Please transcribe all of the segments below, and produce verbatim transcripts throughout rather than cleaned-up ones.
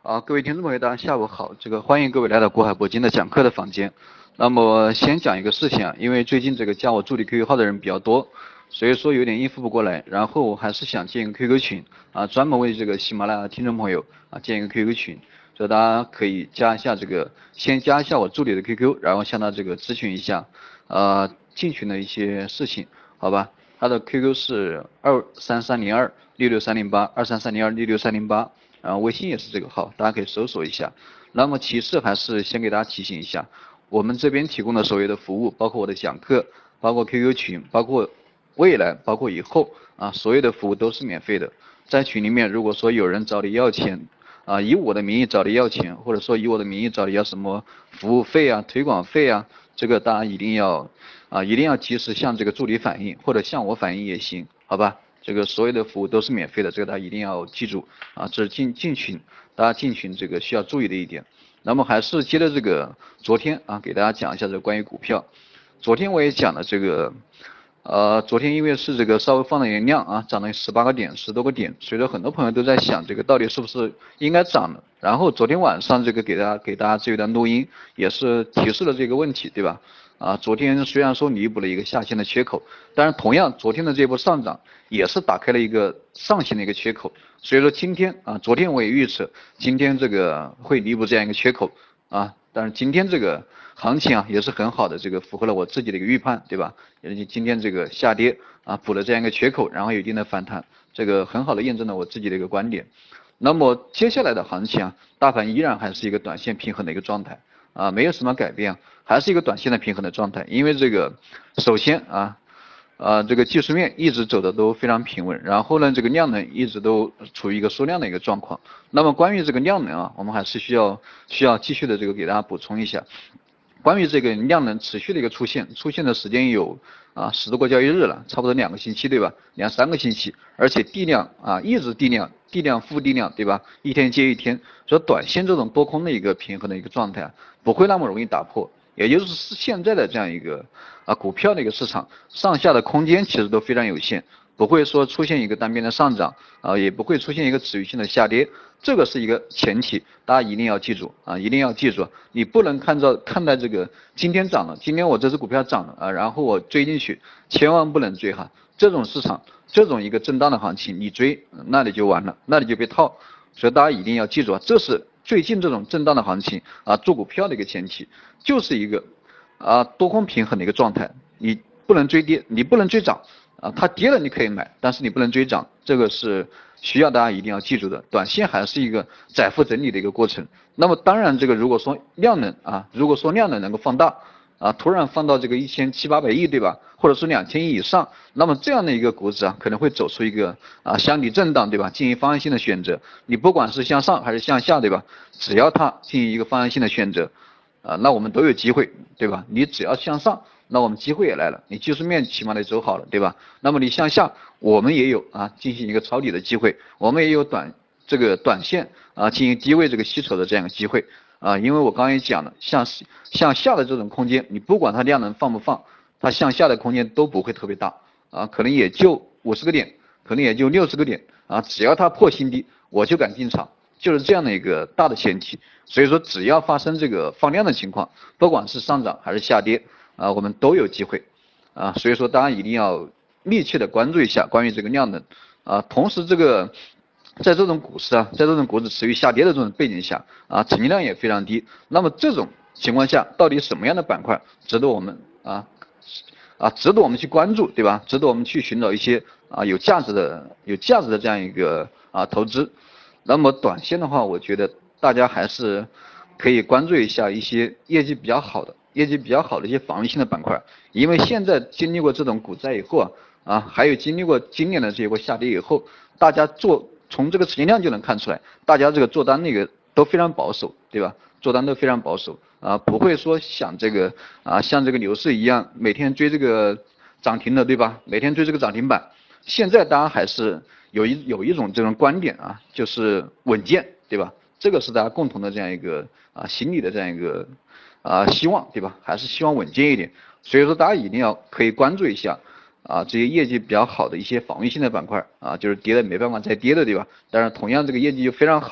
啊，各位听众朋友，大家下午好。这个欢迎各位来到国海铂金的讲课的房间。那么先讲一个事情啊，因为最近这个加我助理 Q Q 号的人比较多，所以说有点应付不过来。然后我还是想建一个 Q Q 群啊，专门为这个喜马拉雅的听众朋友啊建一个 Q Q 群，所以大家可以加一下这个，先加一下我助理的 Q Q，然后向他这个咨询一下呃进群的一些事情，好吧？他的 Q Q 是二三三零二六六三零八，二三三零二六六三零八。然后微信也是这个号，大家可以搜索一下。那么其次还是先给大家提醒一下，我们这边提供的所有的服务，包括我的讲课，包括 Q Q 群，包括未来，包括以后啊，所有的服务都是免费的。在群里面，如果说有人找你要钱，啊，以我的名义找你要钱，或者说以我的名义找你要什么服务费啊、推广费啊，这个大家一定要啊，一定要及时向这个助理反映，或者向我反映也行，好吧？这个所有的服务都是免费的，这个大家一定要记住啊，这是进进群，大家进群这个需要注意的一点。那么还是接着这个昨天啊，给大家讲一下这个关于股票。昨天我也讲了这个，呃，昨天因为是这个稍微放了点量啊，涨了十八个点，十多个点，所以说很多朋友都在想这个到底是不是应该涨了。然后昨天晚上这个给大家给大家这一段录音也是提示了这个问题，对吧？啊，昨天虽然说弥补了一个下线的缺口，但是同样昨天的这波上涨也是打开了一个上行的一个缺口，所以说今天啊，昨天我也预测今天这个会弥补这样一个缺口啊，但是今天这个行情啊也是很好的，这个符合了我自己的一个预判，对吧？也是今天这个下跌啊补了这样一个缺口，然后有一定的反弹，这个很好的验证了我自己的一个观点。那么接下来的行情啊，大盘依然还是一个短线平衡的一个状态啊，没有什么改变，还是一个短线的平衡的状态。因为这个，首先啊，啊这个技术面一直走的都非常平稳，然后呢，这个量能一直都处于一个缩量的一个状况。那么关于这个量能啊，我们还是需要需要继续的这个给大家补充一下。关于这个量能持续的一个出现，出现的时间有啊十多个交易日了，差不多两个星期，对吧？两三个星期，而且地量啊一直地量，地量负地量，对吧？一天接一天，所以短线这种多空的一个平衡的一个状态啊，不会那么容易打破。也就是现在的这样一个啊股票的一个市场，上下的空间其实都非常有限，不会说出现一个单边的上涨啊，也不会出现一个持续性的下跌。这个是一个前提，大家一定要记住啊，一定要记住，你不能看着看待这个今天涨了，今天我这只股票涨了啊，然后我追进去，千万不能追哈，这种市场，这种一个震荡的行情，你追那你就完了，那你就被套，所以大家一定要记住啊，这是最近这种震荡的行情啊，做股票的一个前提，就是一个啊多空平衡的一个状态，你不能追跌，你不能追涨。啊，它跌了你可以买，但是你不能追涨，这个是需要大家一定要记住的。短线还是一个窄幅整理的一个过程。那么当然，这个如果说量能啊，如果说量能能够放大啊，突然放到这个一千七八百亿，对吧？或者是两千亿以上，那么这样的一个股指啊，可能会走出一个啊箱底震荡，对吧？进行方案性的选择，你不管是向上还是向下，对吧？只要它进行一个方案性的选择，啊，那我们都有机会，对吧？你只要向上，那我们机会也来了，你技术面起码得走好了，对吧？那么你向下，我们也有啊进行一个抄底的机会，我们也有短这个短线啊进行低位这个吸筹的这样一个机会啊，因为我刚刚也讲了，向向下的这种空间，你不管它量能放不放，它向下的空间都不会特别大啊，可能也就五十个点，可能也就六十个点啊，只要它破新低，我就敢进场。就是这样的一个大的前提，所以说只要发生这个放量的情况，不管是上涨还是下跌啊，我们都有机会啊，所以说大家一定要密切的关注一下关于这个量能啊，同时这个在这种股市啊，在这种股指持续下跌的这种背景下啊，成交量也非常低，那么这种情况下，到底什么样的板块值得我们啊啊值得我们去关注，对吧？值得我们去寻找一些啊有价值的有价值的这样一个啊投资。那么短线的话，我觉得大家还是可以关注一下一些业绩比较好的、业绩比较好的一些防御性的板块，因为现在经历过这种股灾以后啊，啊，还有经历过今年的这一波下跌以后，大家做从这个成交量就能看出来，大家这个做单那个都非常保守，对吧？做单都非常保守啊，不会说想这个啊像这个牛市一样每天追这个涨停的，对吧？每天追这个涨停板。现在大家还是有一有一种这种观点啊，就是稳健，对吧？这个是大家共同的这样一个啊心理的这样一个啊希望，对吧？还是希望稳健一点，所以说大家一定要可以关注一下啊这些业绩比较好的一些防御性的板块啊，就是跌的没办法再跌的，对吧？当然同样这个业绩就非常好，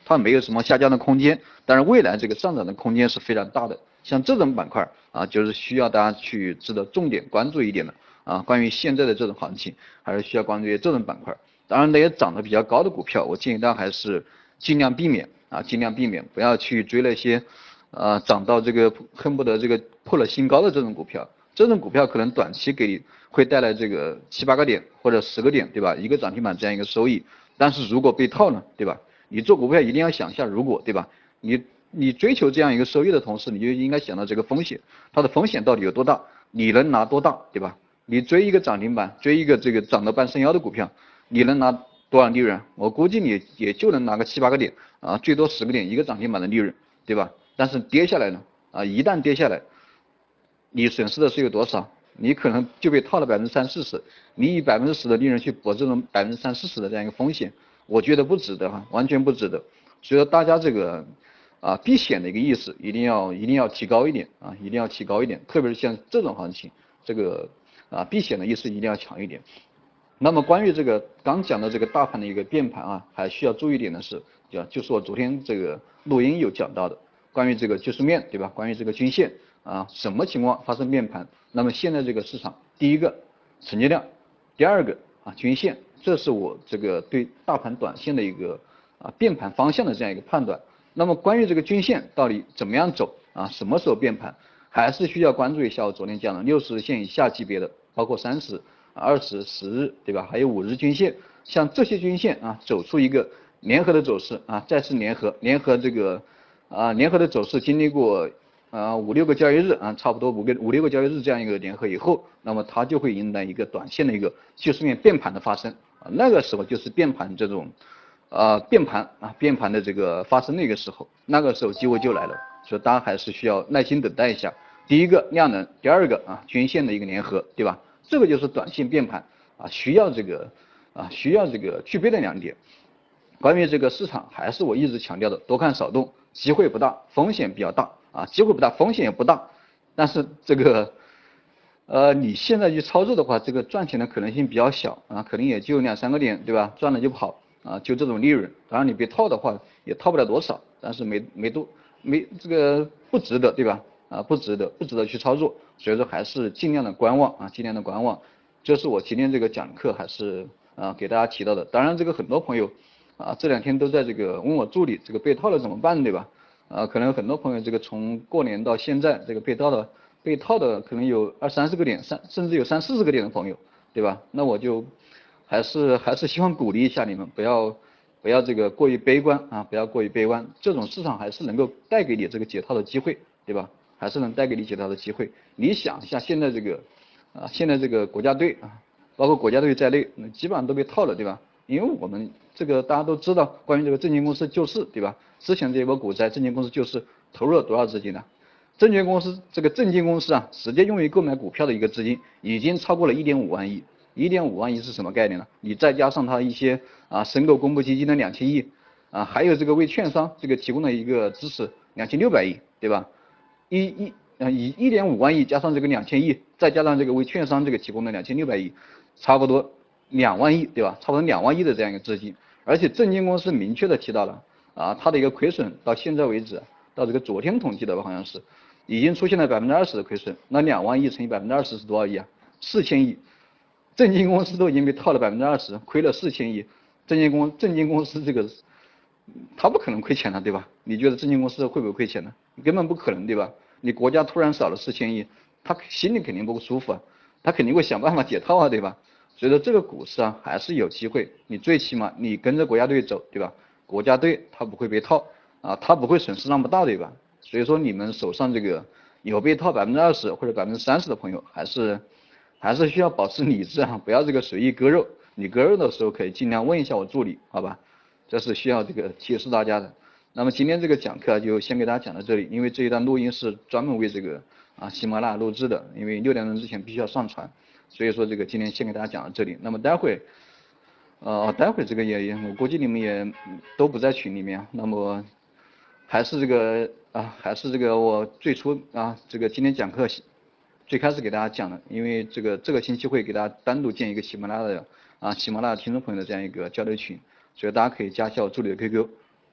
它没有什么下降的空间，但是未来这个上涨的空间是非常大的。像这种板块啊，就是需要大家去值得重点关注一点的啊。关于现在的这种行情，还是需要关注这种板块。当然，那些涨得比较高的股票，我建议大家还是尽量避免啊，尽量避免，不要去追那些呃涨到这个恨不得这个破了新高的这种股票。这种股票可能短期给你会带来这个七八个点或者十个点，对吧？一个涨停板这样一个收益。但是如果被套呢，对吧？你做股票一定要想一下如果，对吧？你你追求这样一个收益的同时，你就应该想到这个风险，它的风险到底有多大，你能拿多大，对吧？你追一个涨停板，追一个这个涨到半山腰的股票，你能拿多少利润？我估计你也就能拿个七八个点啊，最多十个点一个涨停板的利润，对吧？但是跌下来呢，啊，一旦跌下来，你损失的是有多少？你可能就被套了百分之三四十，你以百分之十的利润去搏这种百分之三四十的这样一个风险，我觉得不值得哈，完全不值得。所以说大家这个啊避险的一个意识一定要一定要提高一点啊，一定要提高一点，特别是像这种行情，这个啊避险的意识一定要强一点。那么关于这个刚讲的这个大盘的一个变盘啊，还需要注意一点的是，就就是我昨天这个录音有讲到的，关于这个技术面，对吧？关于这个均线啊，什么情况发生变盘？那么现在这个市场，第一个成交量，第二个啊均线，这是我这个对大盘短线的一个啊变盘方向的这样一个判断。那么关于这个均线到底怎么样走啊，什么时候变盘，还是需要关注一下我昨天讲的六十日线以下级别的，包括三十。二十、十日，对吧？还有五日均线，像这些均线啊，走出一个联合的走势啊，再次联合，联合这个啊联合的走势经历过啊五六个交易日啊，差不多五个五六个交易日这样一个联合以后，那么它就会迎来一个短线的一个技术面变盘的发生啊，那个时候就是变盘这种啊变盘啊变盘的这个发生那个时候，那个时候机会就来了，所以大家还是需要耐心等待一下。第一个量能，第二个啊均线的一个联合，对吧？这个就是短线变盘啊，需要这个啊，需要这个具备的两点。关于这个市场，还是我一直强调的，多看少动，机会不大，风险比较大啊，机会不大，风险也不大，但是这个呃，你现在去操作的话，这个赚钱的可能性比较小啊，可能也就两三个点，对吧？赚了就跑啊，就这种利润。当然你别套的话，也套不了多少，但是没没多没这个不值得，对吧？啊，不值得，不值得去操作。所以说还是尽量的观望啊，尽量的观望。这是我今天这个讲课还是啊给大家提到的。当然这个很多朋友啊这两天都在这个问我助理这个被套了怎么办，对吧？啊，可能很多朋友这个从过年到现在这个被套的。被套的可能有二三十个点，三甚至有三四十个点的朋友，对吧？那我就还是还是希望鼓励一下你们，不要不要这个过于悲观啊，不要过于悲观。这种市场还是能够带给你这个解套的机会，对吧？还是能带给你解套的机会。你想一下，现在这个啊，现在这个国家队啊，包括国家队在内，基本上都被套了，对吧？因为我们这个大家都知道，关于这个证券公司救市，对吧？之前这一波股灾，证券公司救市投入了多少资金呢？证券公司这个证金公司啊，直接用于购买股票的一个资金已经超过了一点五万亿。一点五万亿是什么概念呢？你再加上它一些啊申购公募基金的两千亿啊，还有这个为券商这个提供的一个支持两千六百亿，对吧？一一啊以一点五万亿加上这个两千亿，再加上这个为券商这个提供的两千六百亿，差不多两万亿，对吧？差不多两万亿的这样一个资金。而且证金公司明确的提到了啊，它的一个亏损到现在为止，到这个昨天统计的吧，好像是。已经出现了百分之二十的亏损，那两万亿乘以百分之二十是多少亿啊？四千亿，证金公司都已经被套了百分之二十，亏了四千亿，证金公证金公司这个，他不可能亏钱的，对吧？你觉得证金公司会不会亏钱呢？根本不可能，对吧？你国家突然少了四千亿，他心里肯定不舒服啊，他肯定会想办法解套啊，对吧？所以说这个股市啊还是有机会，你最起码你跟着国家队走，对吧？国家队他不会被套啊，他不会损失那么大，对吧？所以说你们手上这个有被套百分之二十或者百分之三十的朋友，还是还是需要保持理智啊，不要这个随意割肉。你割肉的时候可以尽量问一下我助理，好吧？这是需要这个提示大家的。那么今天这个讲课就先给大家讲到这里，因为这一段录音是专门为这个啊喜马拉雅录制的，因为六点钟之前必须要上传，所以说这个今天先给大家讲到这里。那么待会呃待会这个也也我估计你们也都不在群里面，那么还是这个啊还是这个我最初啊这个今天讲课最开始给大家讲的，因为这个这个星期会给大家单独建一个喜马拉雅的啊喜马拉雅听众朋友的这样一个交流群，所以大家可以加一下我助理的 Q Q。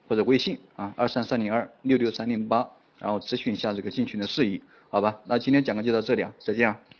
或者微信啊二三三零二六六三零八，然后咨询一下这个进群的事宜，好吧？那今天讲课就到这里啊，再见啊。